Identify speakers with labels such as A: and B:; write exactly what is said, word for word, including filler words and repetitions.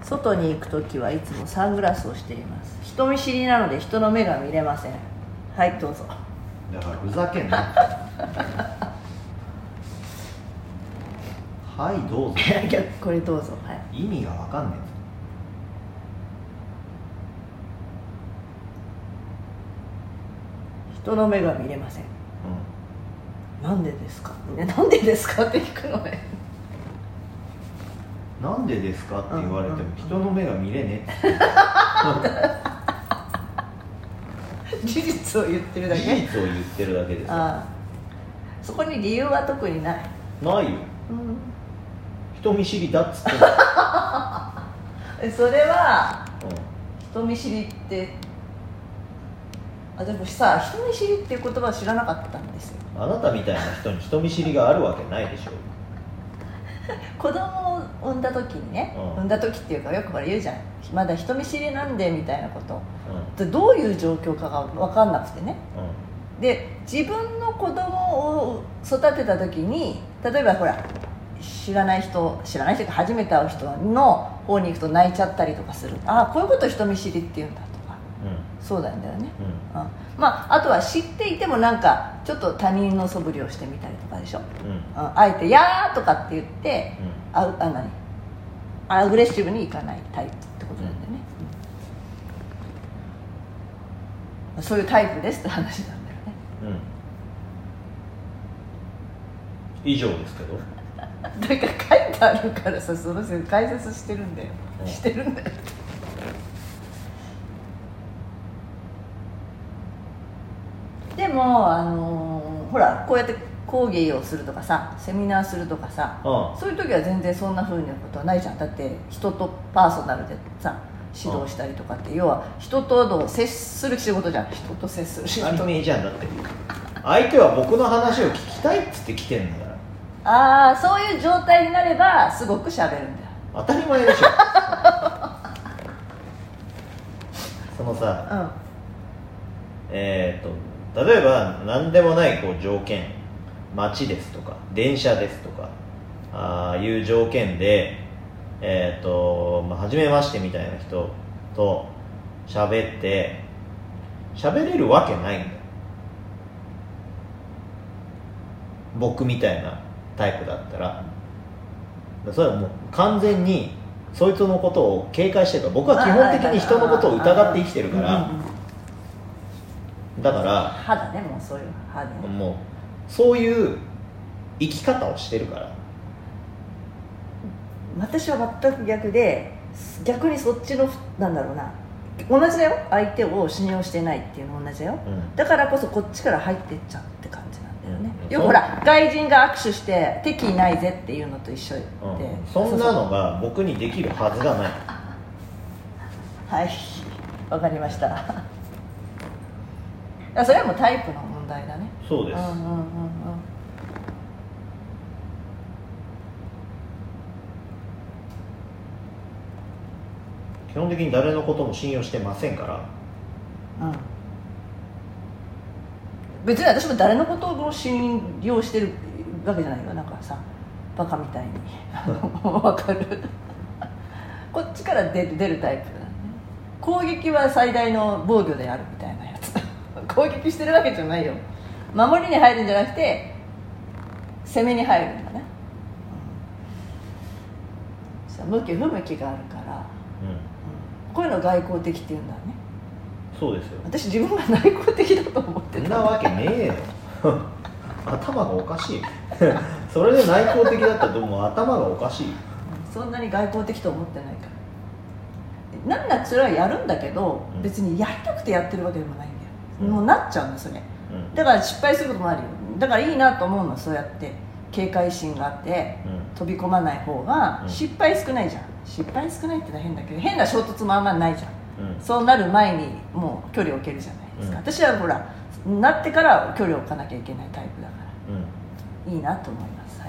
A: 外に行くときはいつもサングラスをしています。人見知りなので人の目が見れません。はいどうぞ。
B: だからふざけんなはいどうぞ
A: いやこれどうぞ。はい、
B: 意味が分かんない。
A: 人の目が見れません、うん、なんでですか、ね、なんでですかって聞くのね
B: なんでですかって言われても、うんうん、人の目が見れね
A: え事実を言ってるだけ。
B: 事実を言ってるだけです。
A: ああ、そこに理由は特にない。
B: ないよ、うん、人見知りだっつって
A: それは、うん、人見知りってあでもさ、人見知りっていう言葉は知らなかったんですよ。
B: あなたみたいな人に人見知りがあるわけないでしょ
A: 子供を産んだ時にね、うん、産んだ時っていうかよくほら言うじゃん、まだ人見知りなんでみたいなこと、うん、でどういう状況かが分かんなくてね、うん、で自分の子供を育てた時に例えばほら知らない人知らない人が初めて会う人の方に行くと泣いちゃったりとかする。ああこういうこと人見知りっていうんだとか、うん、そうなんだよね、うんうん、まああとは知っていてもなんかちょっと他人の素振りをしてみたりとかでしょ、うんうん、あえて「やー」とかって言って、うん、ああ何アグレッシブにいかないタイプってことなんだよね、うん、そういうタイプですって話なんだよね、
B: うん、以上ですけど
A: だから書いてあるからさ、その人解説してるんだよ、うん、してるんだよでもあのー、ほらこうやって講義をするとかさセミナーするとかさ、うん、そういう時は全然そんな風なことはないじゃん。だって人とパーソナルでさ指導したりとかって、うん、要は人と接する仕事じゃん。人と接する仕事。
B: 当たり前じゃん。だって相手は僕の話を聞きたいっつって来てんだから。
A: ああそういう状態になればすごく喋るんだよ。
B: 当たり前でしょそのさ、うん、えー、っと例えば何でもないこう条件、街ですとか電車ですとかああいう条件で、えーっとまあ、初めましてみたいな人と喋って喋れるわけないんだよ。僕みたいなタイプだったらそれはもう完全にそいつのことを警戒してるから。僕は基本的に人のことを疑って生きてるから、だから
A: 歯だね、もうそういう歯で、ね、
B: もうそういう生き方をしてるから。
A: 私は全く逆で、逆にそっちのなんだろうな、同じだよ。相手を信用してないっていうの同じだよ、うん、だからこそこっちから入ってっちゃうって感じなんだよね、うん、よくほら外人が握手して敵いないぜっていうのと一緒で、うん、
B: そんなのが僕にできるはずがない
A: はい、わかりましたそれはもうタイプの問題だね。
B: そうです、うんうんうんうん、基本的に誰のことも信用してませんから、うん、
A: 別に私も誰のことを信用してるわけじゃないよ。なんかさバカみたいにわかるこっちから出る出るタイプだね。攻撃は最大の防御であるみたいなやつ攻撃してるわけじゃないよ。守りに入るんじゃなくて攻めに入るんだね、うん、向き不向きがあるから、うんこういうの外交的っていうんだね。
B: そうですよ。
A: 私自分が内向的だと思ってた。
B: そんなわけねえよ頭がおかしいそれで内向的だったらもう頭がおかしい。
A: そんなに外交的と思ってないから。なんだそれはやるんだけど、うん、別にやりたくてやってるわけでもないんだよ、うん、もうなっちゃうんだそれ、うん、だから失敗することもあるよ。だからいいなと思うの。そうやって警戒心があって、うん、飛び込まない方が失敗少ないじゃん、うん、失敗少ないってのは変だけど変な衝突もあんまないじゃん、うん、そうなる前にもう距離を置けるじゃないですか、うん、私はほらなってから距離を置かなきゃいけないタイプだから、うん、いいなと思います。